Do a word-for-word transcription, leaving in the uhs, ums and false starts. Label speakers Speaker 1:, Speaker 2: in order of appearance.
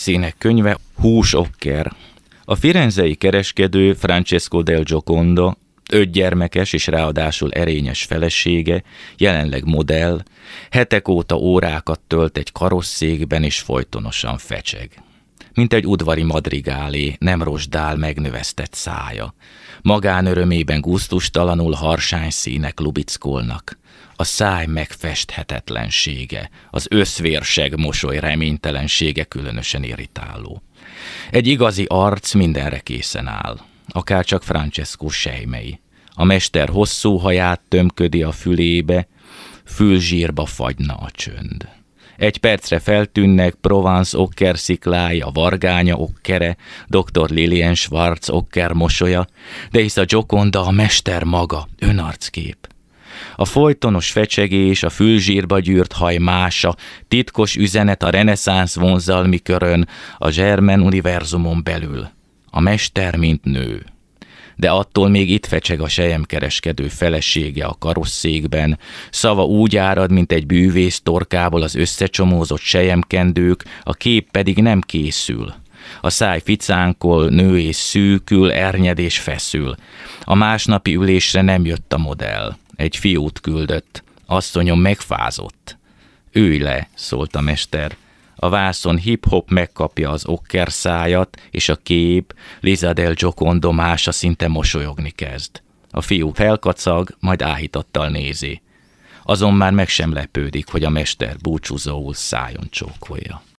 Speaker 1: színek könyve, Hús okker. A firenzei kereskedő Francesco del Giocondo, öt gyermekes és ráadásul erényes felesége, jelenleg modell, hetek óta órákat tölt egy karosszékben és folytonosan fecseg. Mint egy udvari madrigálé, nem rozsdál megnövesztett szája. Magánörömében gusztustalanul harsány színek lubickolnak. A száj megfesthetetlensége, az összvérseg mosoly reménytelensége különösen irritáló. Egy igazi arc mindenre készen áll, akárcsak Francesco sejmei. A mester hosszú haját tömködi a fülébe, fülzsírba fagyna a csönd. Egy percre feltűnnek Provence okker sziklái, a Vargánya okkere, doktor Lilian Schwarz okker mosolya, de hisz a Gioconda a mester maga, önarckép. A folytonos fecsegés, a fülzsírba gyűrt haj mása, titkos üzenet a reneszánsz vonzalmi körön, a Germain univerzumon belül. A mester, mint nő. De attól még itt fecseg a selyemkereskedő felesége a karosszékben, szava úgy árad, mint egy bűvész torkából az összecsomózott selyemkendők, a kép pedig nem készül. A száj ficánkol, nő és szűkül, ernyed és feszül. A másnapi ülésre nem jött a modell. Egy fiút küldött. Asszonyom megfázott. Ülj le, szólt a mester. A vászon hip-hop megkapja az okker szájat, és a kép, Lisa del Giocondo mása szinte mosolyogni kezd. A fiú felkacag, majd áhítattal nézi. Azon már meg sem lepődik, hogy a mester búcsúzóul szájon csókolja.